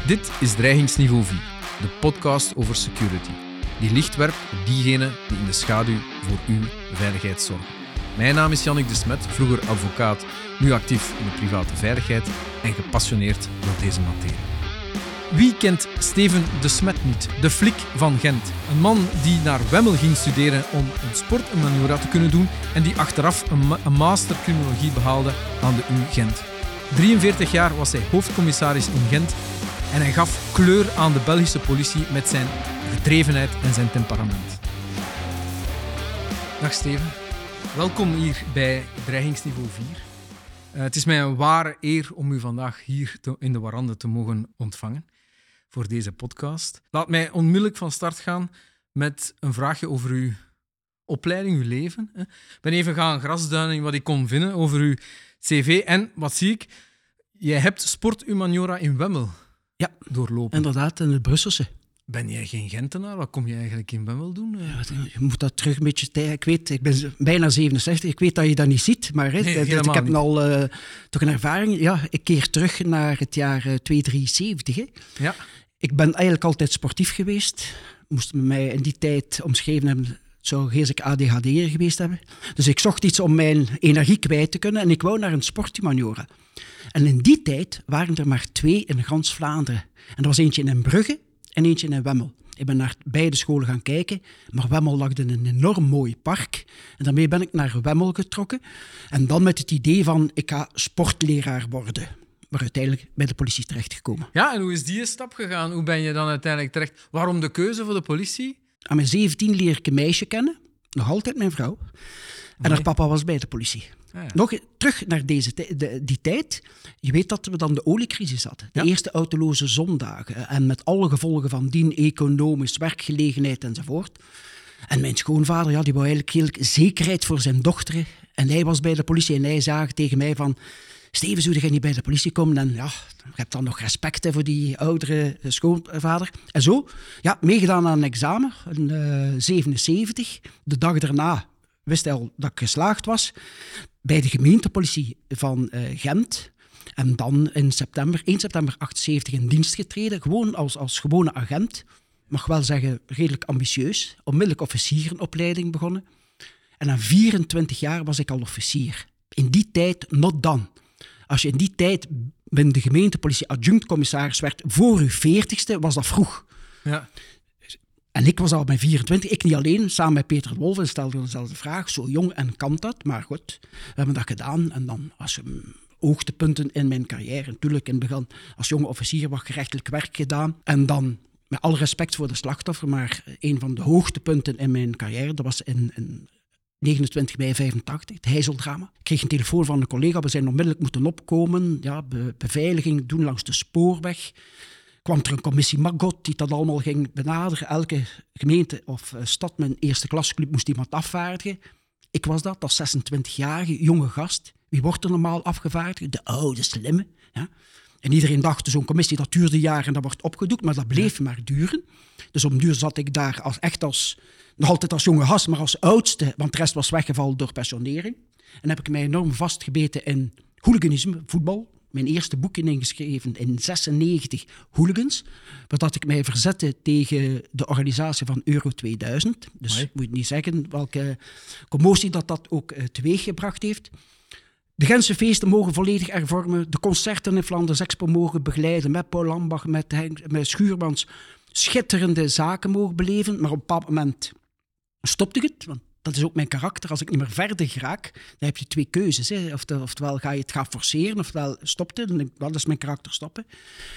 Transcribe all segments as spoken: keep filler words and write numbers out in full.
Dit is Dreigingsniveau vier, de podcast over security, die licht werpt op diegenen die in de schaduw voor uw veiligheid zorgen. Mijn naam is Jannik de Smet, vroeger advocaat, nu actief in de private veiligheid en gepassioneerd door deze materie. Wie kent Steven de Smet niet, de flik van Gent? Een man die naar Wemmel ging studeren om een sportmaniora te kunnen doen en die achteraf een, ma- een master criminologie behaalde aan de U Gent. drieënveertig jaar was hij hoofdcommissaris in Gent en hij gaf kleur aan de Belgische politie met zijn gedrevenheid en zijn temperament. Dag Steven, welkom hier bij Dreigingsniveau vier. Uh, het is mij een ware eer om u vandaag hier te, in de Warande te mogen ontvangen voor deze podcast. Laat mij onmiddellijk van start gaan met een vraagje over uw opleiding, uw leven. Ik ben even gaan grasduinen in wat ik kon vinden over uw cv. En, wat zie ik, jij hebt sporthumaniora in Wemmel ja, doorlopen. Inderdaad, in het Brusselse. Ben jij geen Gentenaar? Wat kom je eigenlijk in Wemmel doen? Ja, je moet dat terug een beetje tegen. Ik weet, ik ben bijna zevenenzestig. Ik weet dat je dat niet ziet, maar hè, Nee, dat, ik heb niet. al uh, toch een ervaring. Ja, ik keer terug naar het jaar uh, tweehonderdzeventig. Hè. Ja. Ik ben eigenlijk altijd sportief geweest. Moest men mij in die tijd omschreven hebben, het zou geestelijk A D H D'er geweest hebben. Dus ik zocht iets om mijn energie kwijt te kunnen en ik wou naar een sporthumaniora. En in die tijd waren er maar twee in gans Vlaanderen. En er was eentje in Brugge en eentje in Wemmel. Ik ben naar beide scholen gaan kijken, maar Wemmel lag in een enorm mooi park. En daarmee ben ik naar Wemmel getrokken. En dan met het idee van, ik ga sportleraar worden. Maar uiteindelijk bij de politie terechtgekomen. Ja, en hoe is die stap gegaan? Hoe ben je dan uiteindelijk terecht? Waarom de keuze voor de politie? Aan mijn zeventien leer ik een meisje kennen. Nog altijd mijn vrouw. En Nee. haar papa was bij de politie. Ah, ja. Nog terug naar deze tij- de, die tijd. Je weet dat we dan de oliecrisis hadden. De Ja. eerste autoloze zondagen. En met alle gevolgen van dien, economisch, werkgelegenheid enzovoort. En mijn schoonvader, ja, die wou eigenlijk heel zekerheid voor zijn dochter. En hij was bij de politie en hij zei tegen mij van... Steven, zou jij niet bij de politie komen? En ja, je hebt dan nog respect hè, voor die oudere schoonvader. En zo, ja, meegedaan aan een examen, in uh, zevenenzeventig. De dag daarna wist hij al dat ik geslaagd was. Bij de gemeentepolitie van uh, Gent. En dan in september, één september achtenzeventig in dienst getreden. Gewoon als, als gewone agent. Mag wel zeggen, redelijk ambitieus. Onmiddellijk officierenopleiding begonnen. En na vierentwintig jaar was ik al officier. In die tijd, not done. Als je in die tijd binnen de gemeentepolitie adjunct-commissaris werd voor je veertigste, was dat vroeg. Ja. En ik was al bij vierentwintig, ik niet alleen, samen met Peter de Wolf, en stelde dezelfde vraag, zo jong en kan dat? Maar goed, we hebben dat gedaan. En dan, als je hoogtepunten in mijn carrière, natuurlijk in het begin als jonge officier, wat gerechtelijk werk gedaan. En dan, met alle respect voor de slachtoffer, maar een van de hoogtepunten in mijn carrière, dat was in... in negenentwintig mei vijfentachtig, het Heizeldrama. Ik kreeg een telefoon van een collega, we zijn onmiddellijk moeten opkomen, ja, be- beveiliging doen langs de spoorweg. Kwam er een commissie Margot die dat allemaal ging benaderen. Elke gemeente of uh, stad met een eerste klasclub moest iemand afvaardigen. Ik was dat, als zesentwintigjarige jonge gast. Wie wordt er normaal afgevaardigd? De oude, slimme. Ja. En iedereen dacht, zo'n commissie, dat duurde jaren en dat wordt opgedoekt, maar dat bleef maar duren. Dus om duur zat ik daar als, echt als, nog altijd als jonge gast, maar als oudste, want de rest was weggevallen door pensionering. En heb ik mij enorm vastgebeten in hooliganisme, voetbal. Mijn eerste boek ingeschreven in zesennegentig, Hooligans. Wat ik mij verzette tegen de organisatie van Euro tweeduizend. Dus Amai. moet je niet zeggen welke commotie dat dat ook uh, teweeggebracht heeft. De Gentse feesten mogen volledig hervormen. De concerten in Flanders Expo mogen begeleiden. Met Paul Lambach, met, Henk, met Schuurmans. Schitterende zaken mogen beleven. Maar op een bepaald moment stopte ik het. Want dat is ook mijn karakter. Als ik niet meer verder raak, dan heb je twee keuzes. Hè. Ofte, oftewel ga je het gaan forceren, oftewel stopt het. Dan denk ik, dat is mijn karakter, stoppen.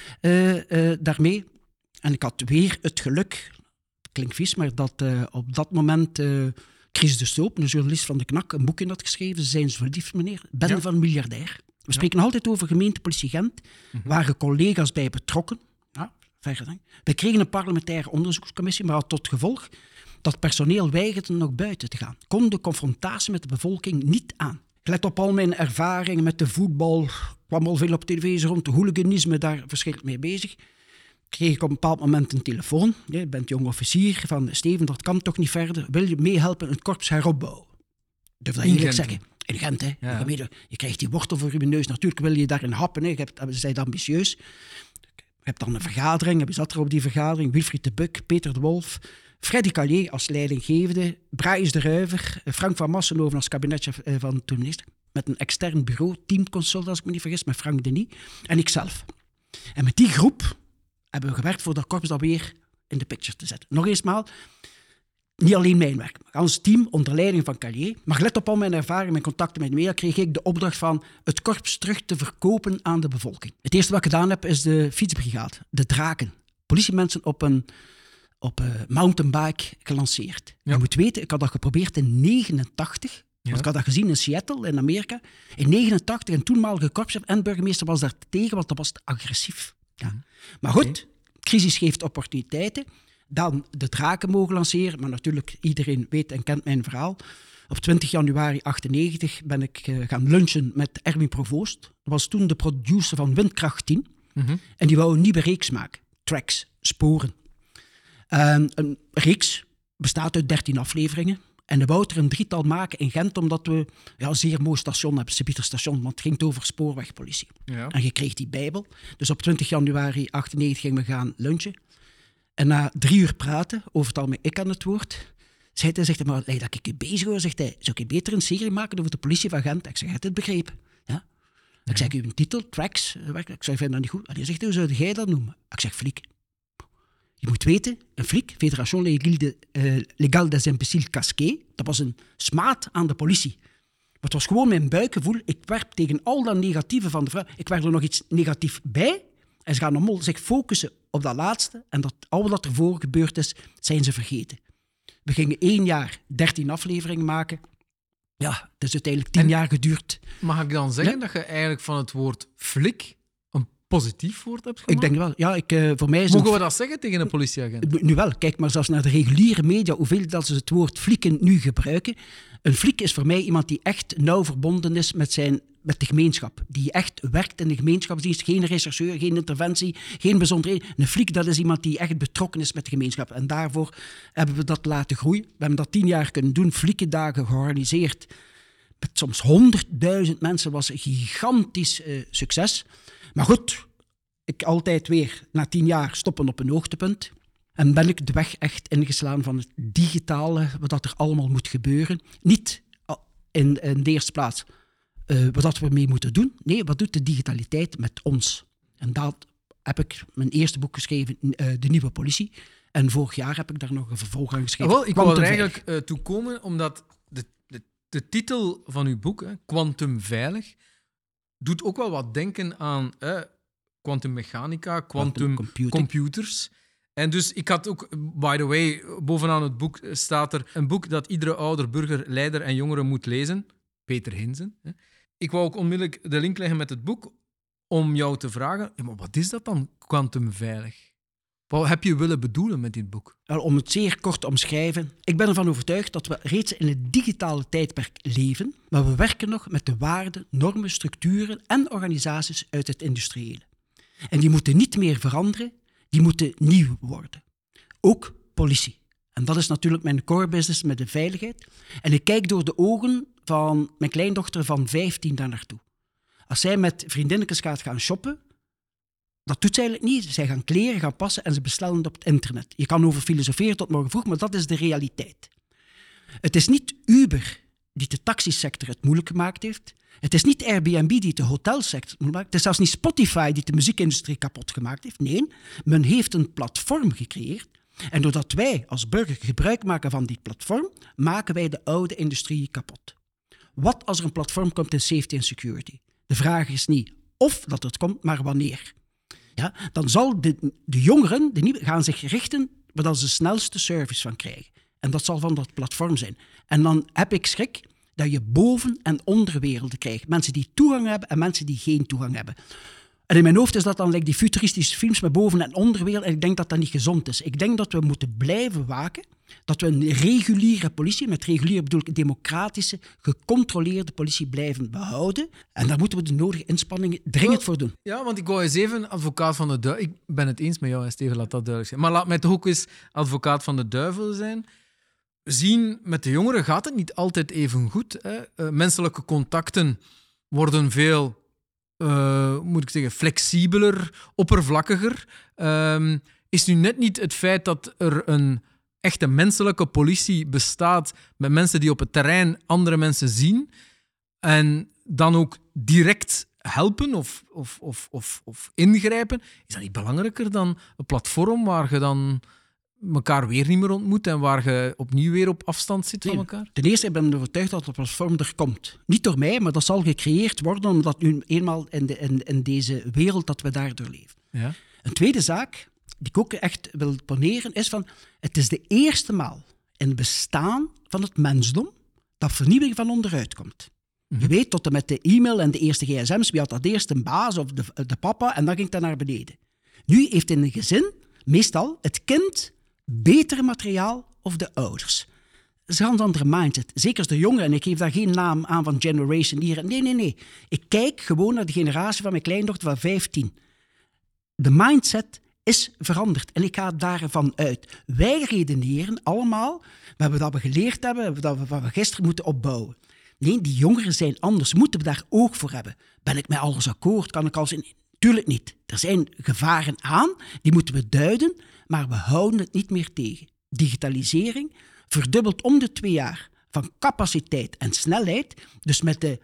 Uh, uh, daarmee. En ik had weer het geluk, het klinkt vies, maar dat uh, op dat moment... Uh, Chris de Stoop, een journalist van de Knak, een boek in had geschreven. Ze zijn zo verliefd, meneer. Ben Ja. van een miljardair. We Ja. spreken altijd over gemeentepolitie Gent. Mhm. Waren collega's bij betrokken. Ja, verder dan. We kregen een parlementaire onderzoekscommissie, maar had tot gevolg dat personeel weigerde nog buiten te gaan. Kon de confrontatie met de bevolking niet aan. Ik let op al mijn ervaringen met de voetbal. Kwam al veel op televisie rond de hooliganisme, daar verschrikkelijk mee bezig. Kreeg ik op een bepaald moment een telefoon. Je bent jong officier van Steven, dat kan toch niet verder. Wil je meehelpen het korps heropbouwen? Durf dat In eerlijk Gent. zeggen. In Gent, hè. Ja. Je, je krijgt die wortel voor je neus. Natuurlijk wil je daarin happen. Hè. Je hebt, ze zijn ambitieus. hebt dan een vergadering, wie zat er op die vergadering? Wilfried de Buck, Peter de Wolf, Freddy Callier als leidinggevende, Braïs de Ruiver, Frank van Massenhoven als kabinetchef van toen minister, met een extern bureau, teamconsult als ik me niet vergis, met Frank Denis, en ikzelf. En met die groep hebben we gewerkt voor dat korps dat weer in de picture te zetten. Nog eens maal, niet alleen mijn werk, maar ons team onder leiding van Callier. Maar let op al mijn ervaring, mijn contacten met de media, kreeg ik de opdracht van het korps terug te verkopen aan de bevolking. Het eerste wat ik gedaan heb, is de fietsbrigade, de Draken. Politiemensen op een op een mountainbike gelanceerd. Ja. Je moet weten, ik had dat geprobeerd in negenentachtig. Ja. Want ik had dat gezien in Seattle, in Amerika. In negenentachtig, en toenmalige korpschef en burgemeester was daar tegen, want dat was te agressief. Ja. Mm. Maar goed, okay. Crisis geeft opportuniteiten. Dan de Draken mogen lanceren, maar natuurlijk, iedereen weet en kent mijn verhaal. Op twintig januari achtennegentig ben ik uh, gaan lunchen met Erwin Provoost. Dat was toen de producer van Windkracht tien. Mm-hmm. En die wou een nieuwe reeks maken. Tracks, sporen. Um, een reeks bestaat uit dertien afleveringen. En de wou er een drietal maken in Gent, omdat we ja, een zeer mooi station hebben, Sint-Pieter station, want het ging over spoorwegpolitie. Ja. En je kreeg die bijbel. Dus op twintig januari achtennegentig gingen we gaan lunchen. En na drie uur praten, over het algemeen ik aan het woord, zei hij, zegt hij, maar dat ik je bezig hoor, zegt hij, zou ik beter een serie maken over de politie van Gent? Ik zeg, heb je het begrepen? Ja. Ja. Ik zeg, uw titel, Tracks, ik zeg, vind dat niet goed. En hij zegt, hoe zou jij dat noemen? Ik zeg, fliek. Je moet weten, een flic, Fédération Légale des Imbéciles Casqués, dat was een smaad aan de politie. Maar het was gewoon mijn buikgevoel. Ik werp tegen al dat negatieve van de vrouw. Ik werp er nog iets negatiefs bij. En ze gaan allemaal zich focussen op dat laatste. En dat al wat ervoor gebeurd is, zijn ze vergeten. We gingen één jaar dertien afleveringen maken. Ja, het is uiteindelijk tien en jaar geduurd. Mag ik dan zeggen ja? dat je eigenlijk van het woord flic een positief woord hebt gemaakt? Ik denk wel. Ja, ik, uh, voor mij is Mogen een... we dat zeggen tegen een politieagent? Nu wel. Kijk maar zelfs naar de reguliere media, hoeveel dat ze het woord flieken nu gebruiken. Een flic is voor mij iemand die echt nauw verbonden is met, zijn, met de gemeenschap. Die echt werkt in de gemeenschapsdienst. Geen rechercheur, geen interventie, geen bijzonderheden. Een flic, dat is iemand die echt betrokken is met de gemeenschap. En daarvoor hebben we dat laten groeien. We hebben dat tien jaar kunnen doen. Flickendagen georganiseerd. Met soms honderdduizend mensen. Was een gigantisch uh, succes. Maar goed, ik altijd weer na tien jaar stoppen op een hoogtepunt. En ben ik de weg echt ingeslaan van het digitale, wat er allemaal moet gebeuren. Niet in, in de eerste plaats uh, wat we mee moeten doen. Nee, wat doet de digitaliteit met ons? En dat heb ik mijn eerste boek geschreven, uh, De Nieuwe Politie. En vorig jaar heb ik daar nog een vervolg aan geschreven. Wel, ik wou er eigenlijk uh, toe komen, omdat de, de, de titel van uw boek, Quantum Veilig, doet ook wel wat denken aan kwantummechanica, uh, quantum computers. En dus ik had ook, by the way, bovenaan het boek staat er een boek dat iedere ouder, burger, leider en jongere moet lezen. Peter Hinsen. Ik wou ook onmiddellijk de link leggen met het boek om jou te vragen, ja, maar wat is dat dan, kwantumveilig? Wat heb je willen bedoelen met dit boek? Om het zeer kort te omschrijven. Ik ben ervan overtuigd dat we reeds in het digitale tijdperk leven, maar we werken nog met de waarden, normen, structuren en organisaties uit het industriële. En die moeten niet meer veranderen, die moeten nieuw worden. Ook politie. En dat is natuurlijk mijn core business met de veiligheid. En ik kijk door de ogen van mijn kleindochter van vijftien daar naartoe. Als zij met vriendinnetjes gaat gaan shoppen, dat doet ze eigenlijk niet. Zij gaan kleren, gaan passen en ze bestellen het op het internet. Je kan over filosoferen tot morgen vroeg, maar dat is de realiteit. Het is niet Uber die de taxisector het moeilijk gemaakt heeft. Het is niet Airbnb die de hotelsector het moeilijk maakt. Het is zelfs niet Spotify die de muziekindustrie kapot gemaakt heeft. Nee, men heeft een platform gecreëerd. En doordat wij als burger gebruik maken van dit platform, maken wij de oude industrie kapot. Wat als er een platform komt in safety en security? De vraag is niet of dat het komt, maar wanneer. Ja, dan zal de, de jongeren de nieuwe, gaan zich richten waar ze de snelste service van krijgen. En dat zal van dat platform zijn. En dan heb ik schrik dat je boven- en onderwerelden krijgt. Mensen die toegang hebben en mensen die geen toegang hebben. En in mijn hoofd is dat dan like die futuristische films met boven- en onderwereld. En ik denk dat dat niet gezond is. Ik denk dat we moeten blijven waken. Dat we een reguliere politie, met regulier bedoel ik democratische, gecontroleerde politie blijven behouden. En daar moeten we de nodige inspanningen dringend well, voor doen. Ja, want ik wou eens even advocaat van de duivel... Ik ben het eens met jou, Steven, laat dat duidelijk zijn. Maar laat mij toch ook eens advocaat van de duivel zijn. Zien, met de jongeren gaat het niet altijd even goed. Hè? Uh, menselijke contacten worden veel uh, moet ik zeggen, flexibeler, oppervlakkiger. Um, is nu net niet het feit dat er een echte menselijke politie bestaat met mensen die op het terrein andere mensen zien en dan ook direct helpen of, of, of, of, of ingrijpen. Is dat niet belangrijker dan een platform waar je dan elkaar weer niet meer ontmoet en waar je opnieuw weer op afstand zit van nee, elkaar? Ten eerste, ik ben ervan overtuigd dat het platform er komt. Niet door mij, maar dat zal gecreëerd worden omdat nu eenmaal in, de, in, in deze wereld dat we daardoor leven. Ja. Een tweede zaak die ik ook echt wil poneren is van, het is de eerste maal in het bestaan van het mensdom dat vernieuwing van onderuit komt. Mm-hmm. Je weet, tot en met de e-mail en de eerste gsm's, wie had dat eerst een baas of de, de papa en dan ging dat naar beneden. Nu heeft in een gezin meestal het kind beter materiaal of de ouders. Dat is een ganz andere mindset. Zeker als de jongeren, en ik geef daar geen naam aan van generation hier. Nee, nee, nee. Ik kijk gewoon naar de generatie van mijn kleindochter van vijftien. De mindset is veranderd en ik ga daarvan uit. Wij redeneren allemaal, wat we, dat we geleerd hebben, wat we, wat we gisteren moeten opbouwen. Nee, die jongeren zijn anders. Moeten we daar oog voor hebben? Ben ik met alles akkoord? Kan ik alles in? Tuurlijk niet. Er zijn gevaren aan, die moeten we duiden, maar we houden het niet meer tegen. Digitalisering verdubbelt om de twee jaar van capaciteit en snelheid. Dus met de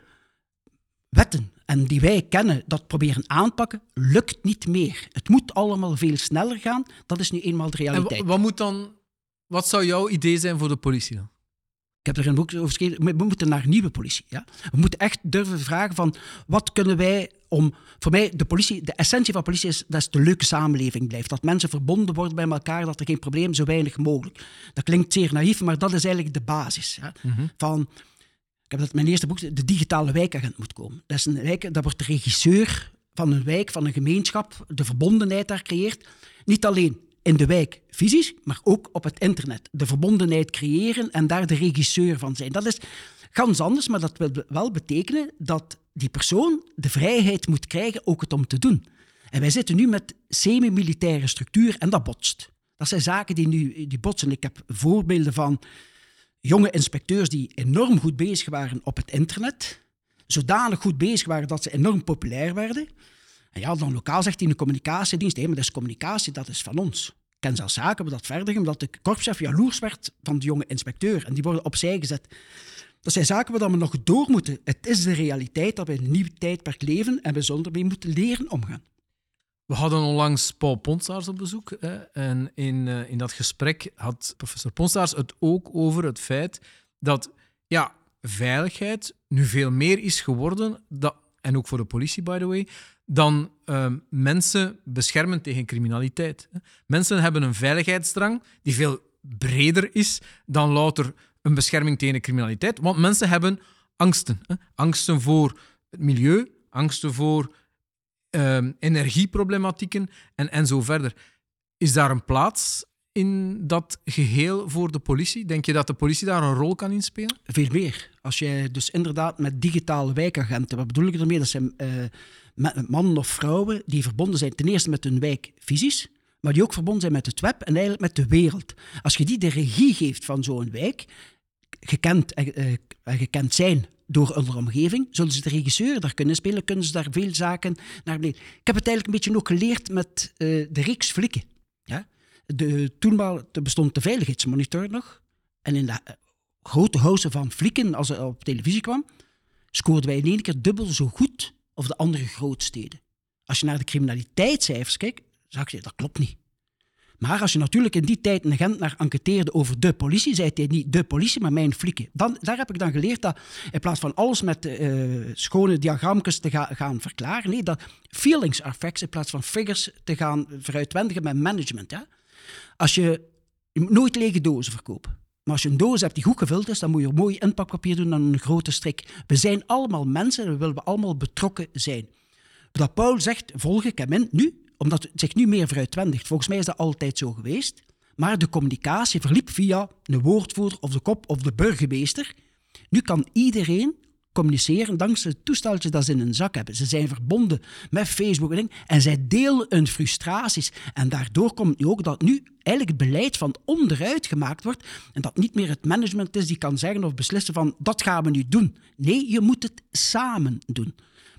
wetten en die wij kennen, dat proberen aanpakken, lukt niet meer. Het moet allemaal veel sneller gaan. Dat is nu eenmaal de realiteit. En wat, moet dan, wat zou jouw idee zijn voor de politie dan? Ik heb er een boek over geschreven. We moeten naar nieuwe politie. Ja? We moeten echt durven vragen van, wat kunnen wij om... Voor mij, de politie, de essentie van politie is dat is de leuke samenleving blijft. Dat mensen verbonden worden bij elkaar, dat er geen probleem, zo weinig mogelijk. Dat klinkt zeer naïef, maar dat is eigenlijk de basis. Ja? Mm-hmm. Van, ik heb dat in mijn eerste boek, de digitale wijkagent moet komen. Dat is een wijk, dat wordt de regisseur van een wijk, van een gemeenschap, de verbondenheid daar creëert. Niet alleen in de wijk fysisch, maar ook op het internet. De verbondenheid creëren en daar de regisseur van zijn. Dat is gans anders, maar dat wil wel betekenen dat die persoon de vrijheid moet krijgen ook het om te doen. En wij zitten nu met semi-militaire structuur en dat botst. Dat zijn zaken die nu die botsen. Ik heb voorbeelden van jonge inspecteurs die enorm goed bezig waren op het internet, zodanig goed bezig waren dat ze enorm populair werden. En ja, dan lokaal zegt hij in de communicatiedienst, hé, maar dat is communicatie, dat is van ons. Ik ken zelfs zaken, dat verder, omdat de korpschef jaloers werd van de jonge inspecteur. En die worden opzij gezet. Dat zijn zaken waar we nog door moeten. Het is de realiteit dat we in een nieuw tijdperk leven en we zullen ermee moeten leren omgaan. We hadden onlangs Paul Ponsaars op bezoek. Hè, en in, uh, in dat gesprek had professor Ponsaars het ook over het feit dat ja, veiligheid nu veel meer is geworden, dat, en ook voor de politie, by the way, dan uh, mensen beschermen tegen criminaliteit. Mensen hebben een veiligheidsdrang die veel breder is dan louter een bescherming tegen de criminaliteit, want mensen hebben angsten. Hè? Angsten voor het milieu, angsten voor uh, energieproblematieken en, en zo verder. Is daar een plaats in dat geheel voor de politie? Denk je dat de politie daar een rol kan in spelen? Veel meer. Als jij dus inderdaad met digitale wijkagenten, wat bedoel ik ermee? Dat zijn uh, mannen of vrouwen die verbonden zijn ten eerste met hun wijk fysisch, maar die ook verbonden zijn met het web en eigenlijk met de wereld. Als je die de regie geeft van zo'n wijk, gekend, uh, gekend zijn door hun omgeving, zullen ze de regisseur daar kunnen spelen, kunnen ze daar veel zaken naar beneden. Ik heb het eigenlijk een beetje ook geleerd met uh, de reeks Flikken. Ja? De, toen bestond de veiligheidsmonitor nog. En in de uh, grote huizen van Flikken, als het op televisie kwam, scoorden wij in één keer dubbel zo goed als de andere grootsteden. Als je naar de criminaliteitscijfers kijkt, zag je, dat klopt niet. Maar als je natuurlijk in die tijd een agent naar enquêteerde over de politie, zei hij niet de politie, maar mijn Flikken. Dan, daar heb ik dan geleerd dat in plaats van alles met uh, schone diagrammetjes te ga, gaan verklaren, nee, dat feelings are facts in plaats van figures te gaan veruitwendigen met management. Ja? Als je, je moet nooit lege dozen verkopen. Maar als je een doos hebt die goed gevuld is, dan moet je er mooi inpakpapier doen dan een grote strik. We zijn allemaal mensen en we willen allemaal betrokken zijn. Wat Paul zegt, volg ik hem in nu, omdat het zich nu meer vooruitwendigt. Volgens mij is dat altijd zo geweest. Maar de communicatie verliep via een woordvoerder of de kop of de burgemeester. Nu kan iedereen communiceren dankzij het toesteltje dat ze in hun zak hebben. Ze zijn verbonden met Facebook en, en zij delen hun frustraties. En daardoor komt nu ook dat nu eigenlijk het beleid van onderuit gemaakt wordt en dat niet meer het management is die kan zeggen of beslissen van dat gaan we nu doen. Nee, je moet het samen doen.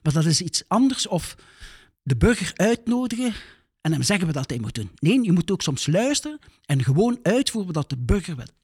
Maar dat is iets anders of de burger uitnodigen en hem zeggen wat hij moet doen. Nee, je moet ook soms luisteren en gewoon uitvoeren wat de burger wil.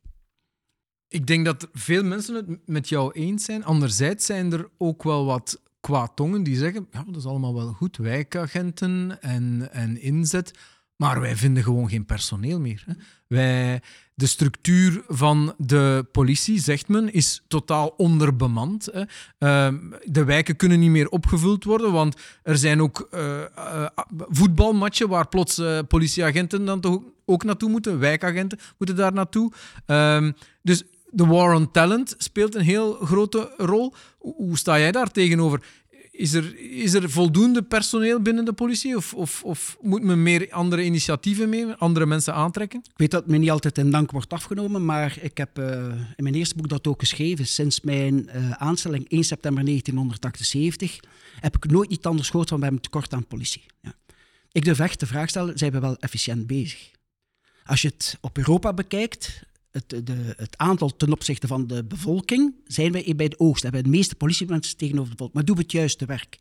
Ik denk dat veel mensen het met jou eens zijn. Anderzijds zijn er ook wel wat kwaadtongen die zeggen, ja, dat is allemaal wel goed, wijkagenten en, en inzet, maar wij vinden gewoon geen personeel meer. Hè. Wij, de structuur van de politie, zegt men, is totaal onderbemand. Hè. Uh, de wijken kunnen niet meer opgevuld worden, want er zijn ook uh, uh, voetbalmatchen waar plots uh, politieagenten dan toch ook naartoe moeten, wijkagenten moeten daar naartoe. Uh, dus de war on talent speelt een heel grote rol. Hoe sta jij daar tegenover? Is er, is er voldoende personeel binnen de politie? Of, of, of moet men meer andere initiatieven mee, andere mensen aantrekken? Ik weet dat het me niet altijd in dank wordt afgenomen, maar ik heb uh, in mijn eerste boek dat ook geschreven. Sinds mijn uh, aanstelling één september negentienhonderdachtenzeventig heb ik nooit iets anders gehoord van we hebben tekort aan politie. Ja. Ik durf echt de vraag stellen, zijn we wel efficiënt bezig? Als je het op Europa bekijkt, Het, de, het aantal ten opzichte van de bevolking, zijn wij bij de oogst. Hebben we de meeste politiemensen tegenover de bevolking. Maar doen we het juiste werk?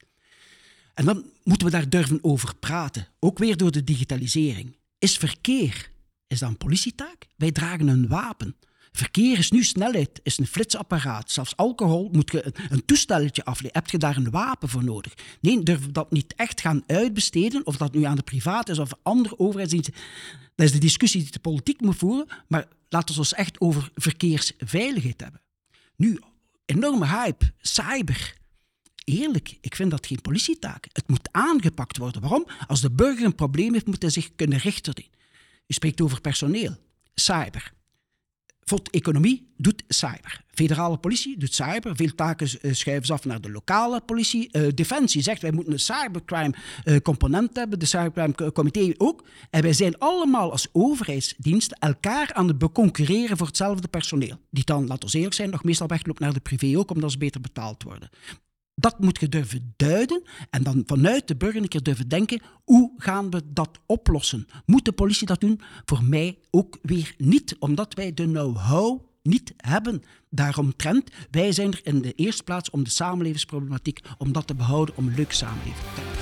En dan moeten we daar durven over praten. Ook weer door de digitalisering. Is verkeer, is dat een politietaak? Wij dragen een wapen. Verkeer is nu snelheid, is een flitsapparaat. Zelfs alcohol moet je een, een toestelletje afleveren. Heb je daar een wapen voor nodig? Nee, durven we dat niet echt gaan uitbesteden, of dat nu aan de privaat is of andere overheidsdiensten. Dat is de discussie die de politiek moet voeren, maar laten we het echt over verkeersveiligheid hebben. Nu, enorme hype, cyber. Eerlijk, ik vind dat geen politietaak. Het moet aangepakt worden. Waarom? Als de burger een probleem heeft, moet hij zich kunnen richten. U spreekt over personeel. Cyber. Bijvoorbeeld economie doet cyber. Federale politie doet cyber. Veel taken schuiven ze af naar de lokale politie. Uh, Defensie zegt, wij moeten een cybercrime uh, component hebben. De cybercrime comité ook. En wij zijn allemaal als overheidsdiensten elkaar aan het beconcurreren voor hetzelfde personeel. Die dan, laten we eerlijk zijn, nog meestal wegloopt naar de privé ook, omdat ze beter betaald worden. Dat moet je durven duiden en dan vanuit de burger een keer durven denken, hoe gaan we dat oplossen? Moet de politie dat doen? Voor mij ook weer niet, omdat wij de know-how niet hebben daaromtrent. Wij zijn er in de eerste plaats om de samenlevingsproblematiek, om dat te behouden, om een leuke samenleving te hebben.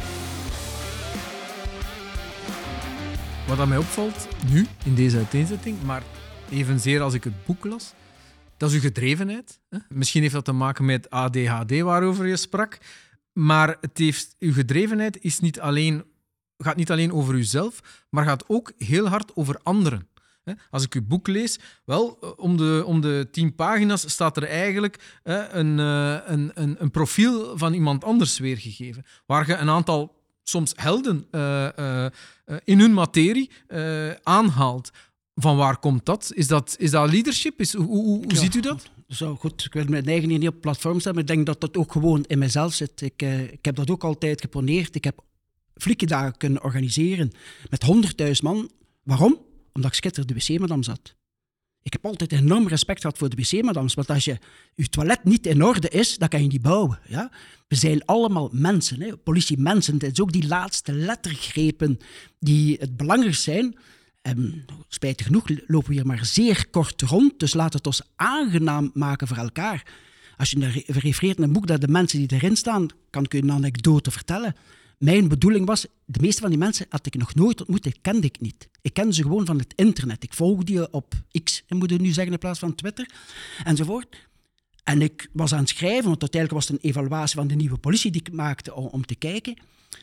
Wat aan mij opvalt, nu, in deze uiteenzetting, maar evenzeer als ik het boek las, dat is uw gedrevenheid. Hè? Misschien heeft dat te maken met A D H D waarover je sprak. Maar het heeft, uw gedrevenheid is niet alleen, gaat niet alleen over uzelf, maar gaat ook heel hard over anderen. Als ik uw boek lees, wel, om de, om de tien pagina's staat er eigenlijk een, een, een, een profiel van iemand anders weergegeven. Waar je een aantal, soms helden, uh, uh, in hun materie uh, aanhaalt. Van waar komt dat? Is dat, is dat leadership? Is, hoe hoe, hoe ja, ziet u dat? Zo, goed, ik wil mijn eigen niet op platform stellen, maar ik denk dat dat ook gewoon in mezelf zit. Ik, uh, ik heb dat ook altijd geponeerd. Ik heb flikkendagen kunnen organiseren met honderdduizend man. Waarom? Omdat ik schitterend de wc-madam zat. Ik heb altijd enorm respect gehad voor de wc-madams, want als je, je toilet niet in orde is, dan kan je niet bouwen. Ja? We zijn allemaal mensen, hè? Politie-mensen. Het is ook die laatste lettergrepen die het belangrijkste zijn. En spijtig genoeg lopen we hier maar zeer kort rond, dus laat het ons aangenaam maken voor elkaar. Als je refereert naar een boek dat de mensen die erin staan, kan ik u een anekdote vertellen. Mijn bedoeling was, de meeste van die mensen had ik nog nooit ontmoet, die kende ik niet. Ik kende ze gewoon van het internet. Ik volgde die op X, moet ik nu zeggen in plaats van Twitter, enzovoort. En ik was aan het schrijven, want uiteindelijk was het een evaluatie van de nieuwe politie die ik maakte om, om te kijken.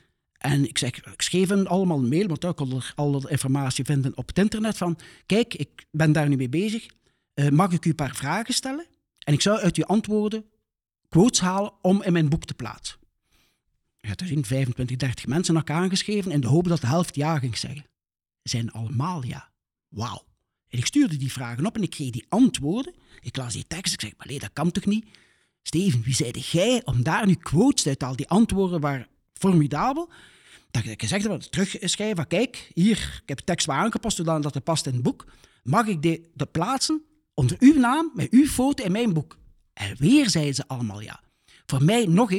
En ik, zeg, ik schreef hen allemaal een mail, want ik kon er alle informatie vinden op het internet van, kijk, ik ben daar nu mee bezig, uh, mag ik u een paar vragen stellen? En ik zou uit uw antwoorden quotes halen om in mijn boek te plaatsen. Je hebt er zien, vijfentwintig, dertig mensen nog aangeschreven in de hoop dat de helft ja ging zeggen. Zijn allemaal ja. Wauw. En ik stuurde die vragen op en ik kreeg die antwoorden. Ik las die tekst, ik zeg, maar nee, dat kan toch niet? Steven, wie zeide jij om daar nu quotes uit te halen? Die antwoorden waren formidabel. Dat ik gezegd heb, terugschrijven van kijk, hier, ik heb de tekst wel aangepast zodat het past in het boek. Mag ik de, de plaatsen onder uw naam, met uw foto in mijn boek? En weer zeiden ze allemaal ja. Voor mij nog eens,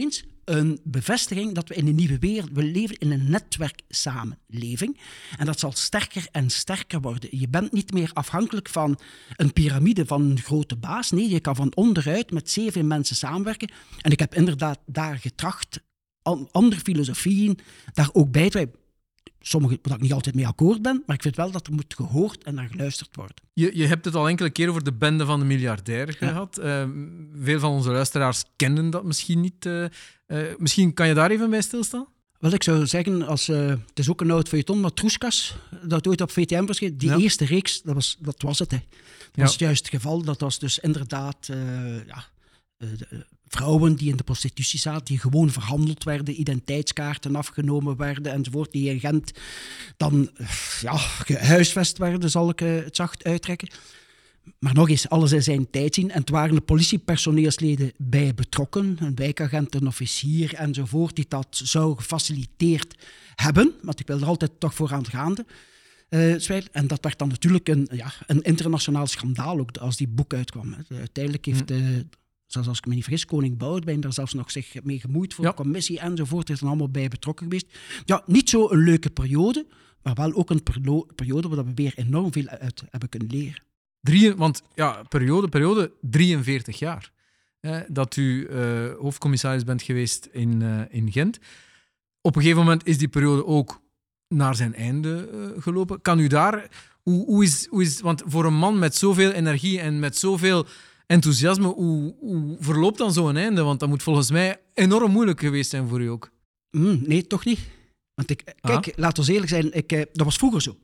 een bevestiging dat we in een nieuwe wereld... We leven in een netwerksamenleving. En dat zal sterker en sterker worden. Je bent niet meer afhankelijk van een piramide van een grote baas. Nee, je kan van onderuit met zeven mensen samenwerken. En ik heb inderdaad daar getracht... andere filosofieën daar ook bij te... Sommige waar ik niet altijd mee akkoord ben, maar ik vind wel dat er moet gehoord en naar geluisterd worden. Je, je hebt het al enkele keer over de bende van de miljardair ja. gehad. Uh, veel van onze luisteraars kennen dat misschien niet. Uh, uh, misschien kan je daar even bij stilstaan? Wel, ik zou zeggen, als, uh, het is ook een oud feuilleton, Matroeskas, dat ooit op V T M verscheen. Die ja. eerste reeks, dat was, dat was het. Hè. Dat ja. was juist het geval. Dat was dus inderdaad... Uh, ja, uh, de, vrouwen die in de prostitutie zaten, die gewoon verhandeld werden, identiteitskaarten afgenomen werden enzovoort, die in Gent dan ja, gehuisvest werden, zal ik uh, het zacht uittrekken. Maar nog eens, alles in zijn tijd zien. En het waren de politiepersoneelsleden bij betrokken, een wijkagent, een officier enzovoort, die dat zou gefaciliteerd hebben, want ik wil er altijd toch voor aan gaande. Uh, en dat werd dan natuurlijk een, ja, een internationaal schandaal, ook als die boek uitkwam. Uiteindelijk heeft... Uh, Zoals als ik me niet vergis, koning Boudewijn daar zelfs nog zich mee gemoeid voor ja. de commissie enzovoort. Is er allemaal bij betrokken geweest. Ja, niet zo een leuke periode, maar wel ook een perlo- periode waar we weer enorm veel uit hebben kunnen leren. Drie, want ja, periode, periode, drieënveertig jaar. Eh, dat u uh, hoofdcommissaris bent geweest in, uh, in Gent. Op een gegeven moment is die periode ook naar zijn einde uh, gelopen. Kan u daar... Hoe, hoe, is, hoe is... Want voor een man met zoveel energie en met zoveel... enthousiasme, hoe, hoe verloopt dan zo'n einde? Want dat moet volgens mij enorm moeilijk geweest zijn voor u ook. Mm, nee, toch niet. Want ik, kijk, ah. laten we eerlijk zijn, ik, dat was vroeger zo.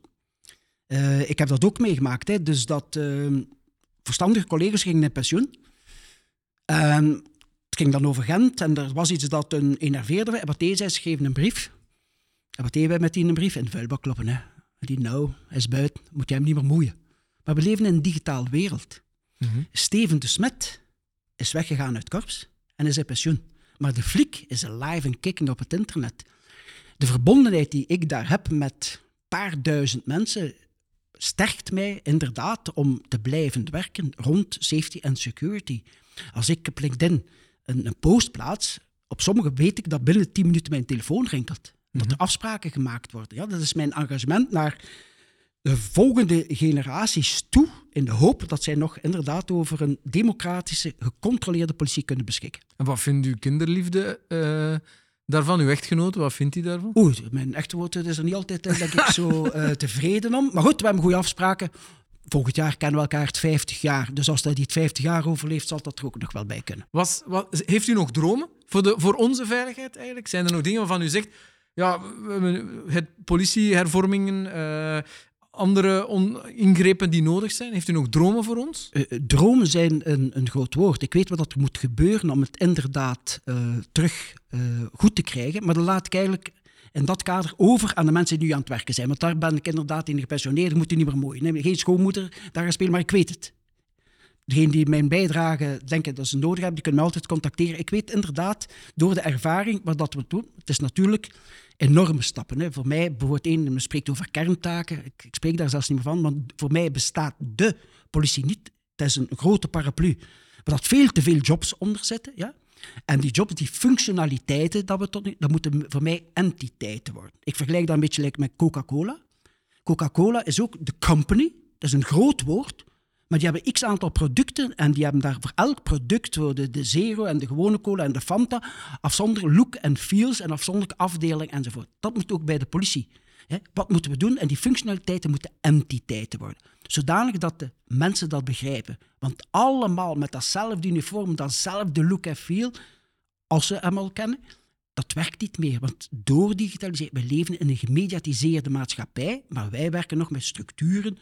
Uh, ik heb dat ook meegemaakt. Hè, dus dat uh, verstandige collega's gingen in pensioen. Uh, het ging dan over Gent en er was iets dat een enerveerde. En wat deed zij? Ze geven een brief. En wat deden wij met die een brief? In de vuilbak kloppen. Hè. En die, nou, hij is buiten, moet jij hem niet meer moeien. Maar we leven in een digitale wereld. Mm-hmm. Steven de Smet is weggegaan uit korps en is in pensioen. Maar de fliek is alive en kicking op het internet. De verbondenheid die ik daar heb met een paar duizend mensen sterkt mij inderdaad om te blijven werken rond safety en security. Als ik op LinkedIn een, een post plaats, op sommige weet ik dat binnen tien minuten mijn telefoon rinkelt. Mm-hmm. Dat er afspraken gemaakt worden. Ja, dat is mijn engagement naar de volgende generaties toe, in de hoop dat zij nog inderdaad over een democratische, gecontroleerde politie kunnen beschikken. En wat vindt uw kinderliefde uh, daarvan, uw echtgenote? Wat vindt hij daarvan? Oeh, mijn echtgenote is er niet altijd denk ik, zo uh, tevreden om. Maar goed, we hebben goede afspraken. Volgend jaar kennen we elkaar het vijftig jaar. Dus als hij die het vijftig jaar overleeft, zal dat er ook nog wel bij kunnen. Was, wat, heeft u nog dromen voor, de, voor onze veiligheid eigenlijk? Zijn er nog dingen waarvan u zegt, ja, het politiehervormingen... Uh, andere on- ingrepen die nodig zijn? Heeft u nog dromen voor ons? Uh, dromen zijn een, een groot woord. Ik weet wat er moet gebeuren om het inderdaad uh, terug uh, goed te krijgen. Maar dan laat ik eigenlijk in dat kader over aan de mensen die nu aan het werken zijn. Want daar ben ik inderdaad in gepensioneerd. Ik moet u niet meer moeien. Nee, geen schoonmoeder daar gaan spelen, maar ik weet het. Degenen die mijn bijdrage denken dat ze nodig hebben, die kunnen me altijd contacteren. Ik weet inderdaad, door de ervaring wat dat we doen, het is natuurlijk enorme stappen. Hè. Voor mij, bijvoorbeeld één, men spreekt over kerntaken. Ik, ik spreek daar zelfs niet meer van, maar voor mij bestaat de politie niet. Het is een grote paraplu, waar dat veel te veel jobs onder zitten. Ja? En die jobs, die functionaliteiten, dat, we tot nu, dat moeten voor mij entiteiten worden. Ik vergelijk dat een beetje like met Coca-Cola. Coca-Cola is ook de company, dat is een groot woord. Maar die hebben x aantal producten en die hebben daar voor elk product, voor de, de Zero en de gewone cola en de Fanta, afzonderlijk look en feels en afzonderlijke afdeling enzovoort. Dat moet ook bij de politie. Hè? Wat moeten we doen? En die functionaliteiten moeten entiteiten worden. Zodanig dat de mensen dat begrijpen. Want allemaal met datzelfde uniform, datzelfde look en feel, als ze hem al kennen, dat werkt niet meer. Want door digitalisering, we leven in een gemediatiseerde maatschappij, maar wij werken nog met structuren,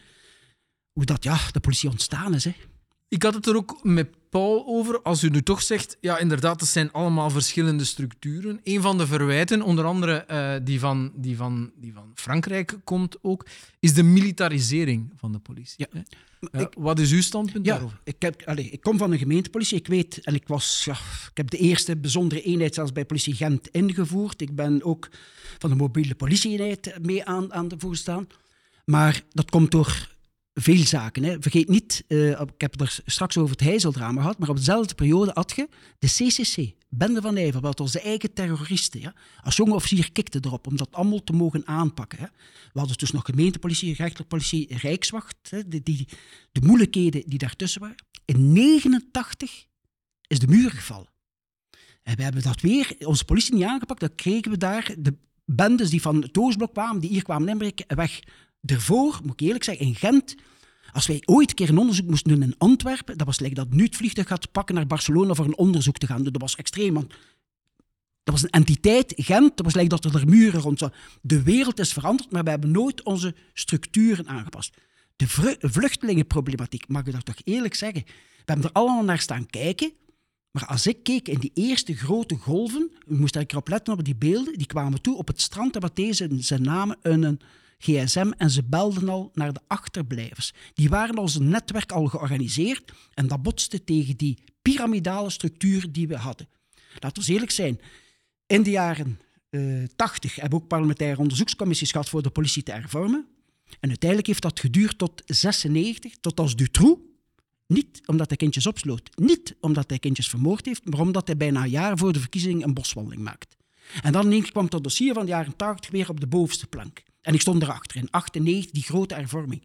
hoe dat ja, de politie ontstaan is. Hè. Ik had het er ook met Paul over. Als u nu toch zegt, ja, inderdaad, het zijn allemaal verschillende structuren. Een van de verwijten, onder andere uh, die, van, die, van, die van Frankrijk komt ook, is de militarisering van de politie. Ja. Uh, ik, wat is uw standpunt ja, daarover? Ik, heb, allez, ik kom van een gemeentepolitie. Ik weet, en ik was, ja, ik heb de eerste bijzondere eenheid zelfs bij politie Gent ingevoerd. Ik ben ook van de mobiele politie-eenheid mee aan, aan de voorstaan. Maar dat komt door veel zaken. Hè. Vergeet niet, uh, ik heb het er straks over het Heizeldrama gehad, maar op dezelfde periode had je de C C C, Bende van Nijvel, wat onze eigen terroristen. Ja. Als jonge officier kikte erop om dat allemaal te mogen aanpakken. Hè. We hadden dus nog gemeentepolitie, rechterlijke politie, Rijkswacht, hè, die, die, de moeilijkheden die daartussen waren. In negentien negenentachtig is de muur gevallen. En we hebben dat weer, onze politie niet aangepakt, dan kregen we daar de bendes die van het Oostblok kwamen, die hier kwamen inbreken, weg. Daarvoor, moet ik eerlijk zeggen, in Gent, als wij ooit een keer een onderzoek moesten doen in Antwerpen, dat was like dat nu het vliegtuig gaat pakken naar Barcelona voor een onderzoek te gaan doen. Dat was extreem, want dat was een entiteit, Gent, dat was like dat er muren rond zaten. De wereld is veranderd, maar we hebben nooit onze structuren aangepast. De vru- vluchtelingenproblematiek, mag ik dat toch eerlijk zeggen, we hebben er allemaal naar staan kijken, maar als ik keek in die eerste grote golven, we moesten er erop letten op die beelden, die kwamen toe op het strand, en wat deze, ze namen een G S M en ze belden al naar de achterblijvers. Die waren als een netwerk al georganiseerd en dat botste tegen die piramidale structuur die we hadden. Laten we eerlijk zijn, in de jaren uh, tachtig hebben we ook parlementaire onderzoekscommissies gehad voor de politie te hervormen. En uiteindelijk heeft dat geduurd tot zesennegentig, tot als Dutroux, niet omdat hij kindjes opsloot, niet omdat hij kindjes vermoord heeft, maar omdat hij bijna een jaar voor de verkiezing een boswandeling maakt. En dan ineens kwam dat dossier van de jaren tachtig weer op de bovenste plank. En ik stond erachter, in achtennegentig, die grote hervorming.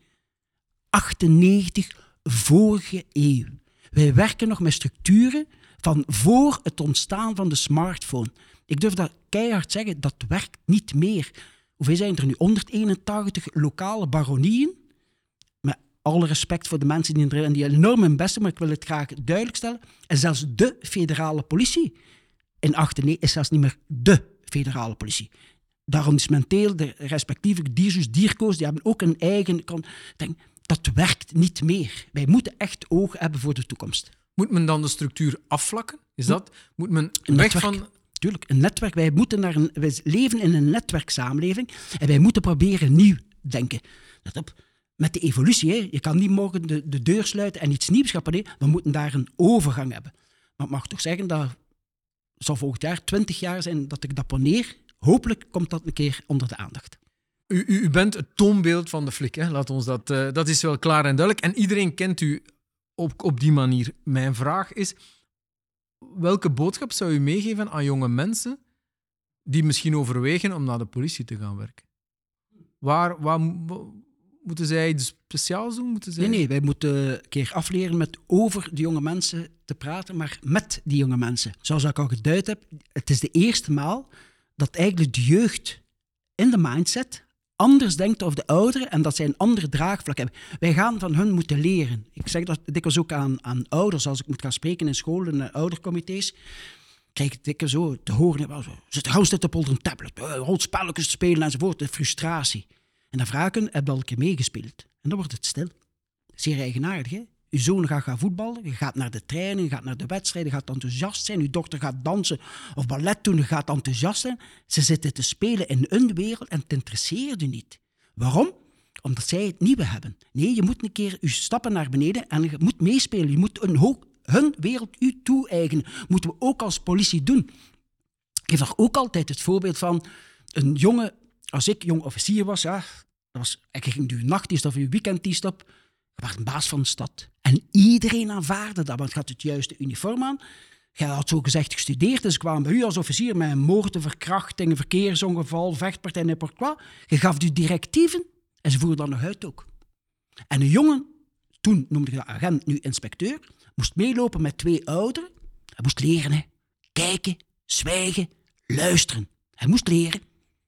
achtennegentig, vorige eeuw. Wij werken nog met structuren van voor het ontstaan van de smartphone. Ik durf dat keihard zeggen, dat werkt niet meer. Hoeveel zijn er nu? honderdeenentachtig lokale baronieën. Met alle respect voor de mensen die, er, die enorm hun best doen, maar ik wil het graag duidelijk stellen. En zelfs de federale politie in achtennegentig is zelfs niet meer de federale politie. De arrondissementeel, de respectieve D I R S U's, D I R C O's, die hebben ook een eigen... Denk, dat werkt niet meer. Wij moeten echt oog hebben voor de toekomst. Moet men dan de structuur afvlakken? Is dat? Moet men een weg netwerk. van... Tuurlijk, een netwerk. Wij, moeten naar een, wij leven in een netwerksamenleving en wij moeten proberen nieuw denken. Let op. Met de evolutie, hè. Je kan niet morgen de, de deur sluiten en iets nieuws gaan nee, we moeten daar een overgang hebben. Maar ik mag toch zeggen, dat zal volgend jaar twintig jaar zijn dat ik dat poneer. Hopelijk komt dat een keer onder de aandacht. U, u, u bent het toonbeeld van de flik, hè? Laat ons dat, uh, dat is wel klaar en duidelijk. En iedereen kent u op, op die manier. Mijn vraag is, welke boodschap zou u meegeven aan jonge mensen die misschien overwegen om naar de politie te gaan werken? Waar, waar moeten zij iets speciaals doen? Moeten zij... Nee, nee, wij moeten een keer afleren met over de jonge mensen te praten, maar met die jonge mensen. Zoals ik al geduid heb, het is de eerste maal dat eigenlijk de jeugd in de mindset anders denkt over de ouderen en dat zij een andere draagvlak hebben. Wij gaan van hun moeten leren. Ik zeg dat dikwijls ook aan, aan ouders, als ik moet gaan spreken in scholen en oudercomité's, krijg ik dikwijls zo te horen, ze zitten gauw zitten op een tablet, rolspelletjes te spelen enzovoort, de frustratie. En dan vraag ik hen, heb je al een keer meegespeeld? En dan wordt het stil. Zeer eigenaardig, hè? Uw zoon gaat gaan voetballen, je gaat naar de training, je gaat naar de wedstrijden, je gaat enthousiast zijn. Uw dochter gaat dansen of ballet doen, je gaat enthousiast zijn. Ze zitten te spelen in hun wereld en het interesseert u niet. Waarom? Omdat zij het nieuwe hebben. Nee, je moet een keer uw stappen naar beneden en je moet meespelen. Je moet een hoog, hun wereld u toe-eigenen. Moeten we ook als politie doen. Ik geef daar ook altijd het voorbeeld van een jonge, als ik jong officier was, ja, dat was, ik ging uw nachtdienst of uw weekenddienst op. Je was een baas van de stad. En iedereen aanvaarde dat, want je had het juiste uniform aan. Je had zo gezegd gestudeerd, dus ik kwam bij u als officier met een moord, verkrachting, verkeersongeval, vechtpartij, n'importe quoi. Je gaf u directieven en ze voerden dat nog uit ook. En een jongen, toen noemde je dat agent, nu inspecteur, moest meelopen met twee ouderen. Hij moest leren, hè. Kijken, zwijgen, luisteren. Hij moest leren.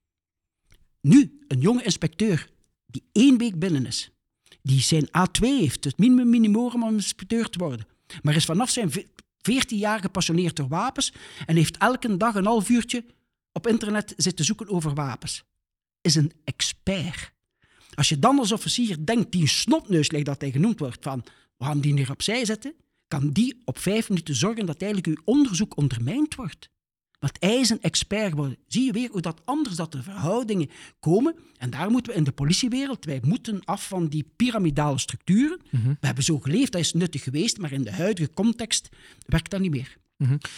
Nu, een jonge inspecteur die één week binnen is, die zijn A twee heeft, het minimum minimorum om inspecteur te worden, maar is vanaf zijn veertien jaar gepassioneerd door wapens en heeft elke dag een half uurtje op internet zitten zoeken over wapens. Is een expert. Als je dan als officier denkt, die een snotneus ligt dat hij genoemd wordt, van we gaan die hier opzij zetten, kan die op vijf minuten zorgen dat eigenlijk uw onderzoek ondermijnd wordt. Want hij is een expert geworden. Zie je weer hoe dat anders, dat er verhoudingen komen. En daar moeten we in de politiewereld, wij moeten af van die piramidale structuren. Mm-hmm. We hebben zo geleefd, dat is nuttig geweest, maar in de huidige context werkt dat niet meer. Mm-hmm.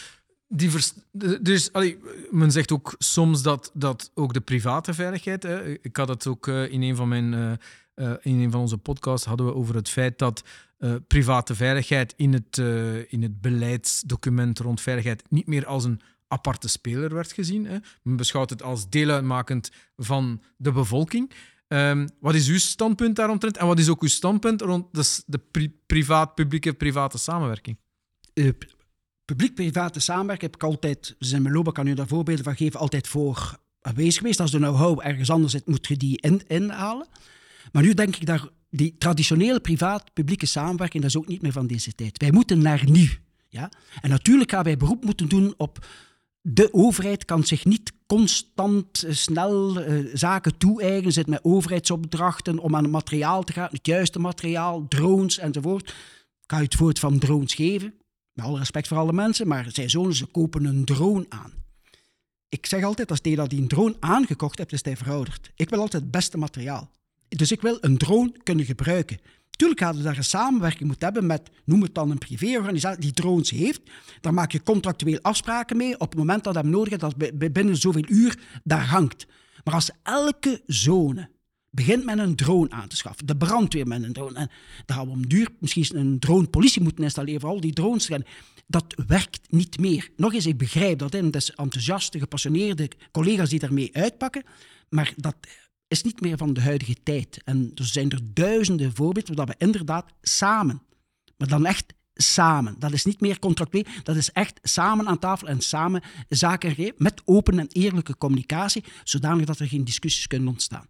die vers- dus, allee, men zegt ook soms dat, dat ook de private veiligheid... Hè, ik had het ook uh, in een van mijn... Uh, uh, in een van onze podcasts hadden we over het feit dat uh, private veiligheid in het, uh, in het beleidsdocument rond veiligheid niet meer als een aparte speler werd gezien. Hè. Men beschouwt het als deel uitmakend van de bevolking. Um, wat is uw standpunt daaromtrent? En wat is ook uw standpunt rond de, de pri- privaat-publieke-private samenwerking? Uh, Publiek-private samenwerking heb ik altijd, dus in mijn loopbaan kan u daar voorbeelden van geven, altijd voor aanwezig geweest. Als de know-how ergens anders zit, moet je die in, inhalen. Maar nu denk ik dat die traditionele privaat-publieke samenwerking, dat is ook niet meer van deze tijd. Wij moeten naar nieuw. Ja? En natuurlijk gaan wij beroep moeten doen op... De overheid kan zich niet constant uh, snel uh, zaken toe-eigenen, zit met overheidsopdrachten om aan het materiaal te gaan, het juiste materiaal, drones enzovoort. Ik kan je het voorbeeld van drones geven, met alle respect voor alle mensen, maar zij zonen, ze kopen een drone aan. Ik zeg altijd, als je dat die een drone aangekocht hebt, is hij verouderd. Ik wil altijd het beste materiaal. Dus ik wil een drone kunnen gebruiken. Tuurlijk hadden we daar een samenwerking moeten hebben met, noem het dan een privéorganisatie die drones heeft. Daar maak je contractueel afspraken mee op het moment dat dat nodig is, dat het binnen zoveel uur daar hangt. Maar als elke zone begint met een drone aan te schaffen, de brandweer met een drone, en dan gaan we om duur misschien een drone-politie moeten installeren voor al die drones. Dat werkt niet meer. Nog eens, ik begrijp dat, hè, het is enthousiaste, gepassioneerde collega's die daarmee uitpakken, maar dat is niet meer van de huidige tijd. En er zijn er duizenden voorbeelden waar we inderdaad samen, maar dan echt samen, dat is niet meer contractueel, dat is echt samen aan tafel en samen zaken regelen met open en eerlijke communicatie, zodanig dat er geen discussies kunnen ontstaan.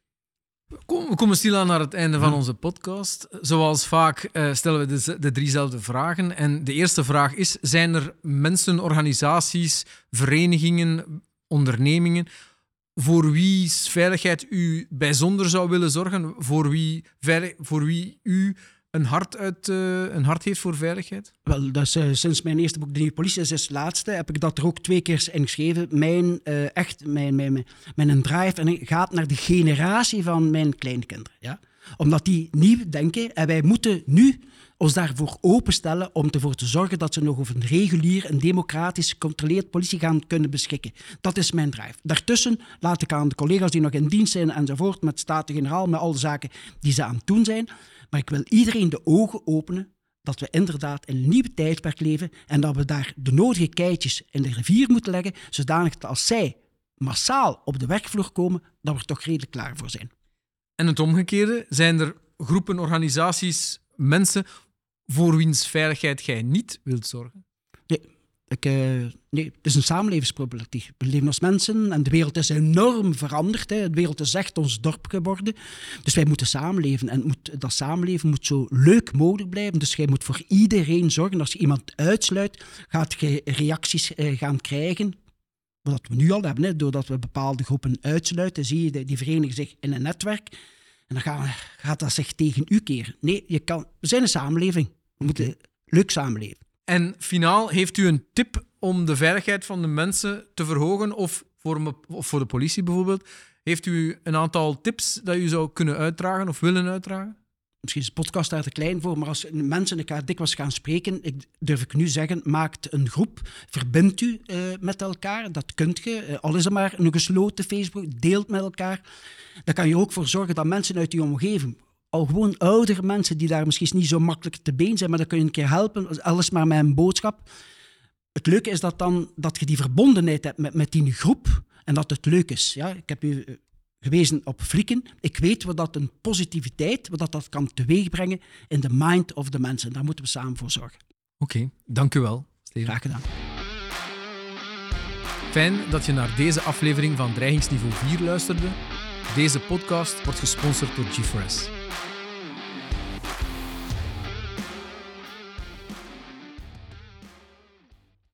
We komen stilaan naar het einde van onze podcast. Zoals vaak uh, stellen we de, de driezelfde vragen. En de eerste vraag is, zijn er mensen, organisaties, verenigingen, ondernemingen voor wie's veiligheid u bijzonder zou willen zorgen? Voor wie, veilig, voor wie u een hart, uit, uh, een hart heeft voor veiligheid? Wel, dus, uh, sinds mijn eerste boek, De Nieuwe Politie, is het laatste, heb ik dat er ook twee keer in geschreven. Mijn, uh, echt, mijn, mijn, mijn, mijn drive en gaat naar de generatie van mijn kleinkinderen. Ja? Omdat die nieuw denken en wij moeten nu ons daarvoor openstellen om ervoor te zorgen dat ze nog over een regulier en democratisch gecontroleerd politie gaan kunnen beschikken. Dat is mijn drive. Daartussen laat ik aan de collega's die nog in dienst zijn enzovoort, met Staten-Generaal, met alle zaken die ze aan het doen zijn. Maar ik wil iedereen de ogen openen dat we inderdaad in een nieuwe tijdperk leven en dat we daar de nodige keitjes in de rivier moeten leggen, zodanig dat als zij massaal op de werkvloer komen, dat we er toch redelijk klaar voor zijn. En het omgekeerde, zijn er groepen, organisaties, mensen voor wiens veiligheid jij niet wilt zorgen? Nee, ik, uh, nee, het is een samenlevingsproblematiek. We leven als mensen en de wereld is enorm veranderd. Hè. De wereld is echt ons dorp geworden. Dus wij moeten samenleven. En moet, dat samenleven moet zo leuk mogelijk blijven. Dus jij moet voor iedereen zorgen. Als je iemand uitsluit, gaat je reacties uh, gaan krijgen. Wat we nu al hebben, hè. Doordat we bepaalde groepen uitsluiten, zie je, die verenigen zich in een netwerk. En dan gaat, gaat dat zich tegen u keren. Nee, je kan, we zijn een samenleving. We moeten okay. leuk samenleven. En finaal, heeft u een tip om de veiligheid van de mensen te verhogen? Of voor, me, of voor de politie bijvoorbeeld? Heeft u een aantal tips dat u zou kunnen uitdragen of willen uitdragen? Misschien is de podcast daar te klein voor, maar als mensen elkaar dikwijls gaan spreken, ik, durf ik nu zeggen, maakt een groep, verbindt u uh, met elkaar, dat kunt je. Uh, al is het maar een gesloten Facebook, deelt met elkaar. Dan kan je ook voor zorgen dat mensen uit die omgeving, al gewoon oudere mensen die daar misschien niet zo makkelijk te been zijn, maar dan kun je een keer helpen, alles maar met een boodschap. Het leuke is dat, dan, dat je die verbondenheid hebt met, met die groep en dat het leuk is. Ja, ik heb u gewezen op Flikken. Ik weet wat dat een positiviteit, wat dat, dat kan teweegbrengen in de mind of de mensen. Daar moeten we samen voor zorgen. Oké, okay, dank u wel, Steven. Graag gedaan. Fijn dat je naar deze aflevering van Dreigingsniveau vier luisterde. Deze podcast wordt gesponsord door G four S.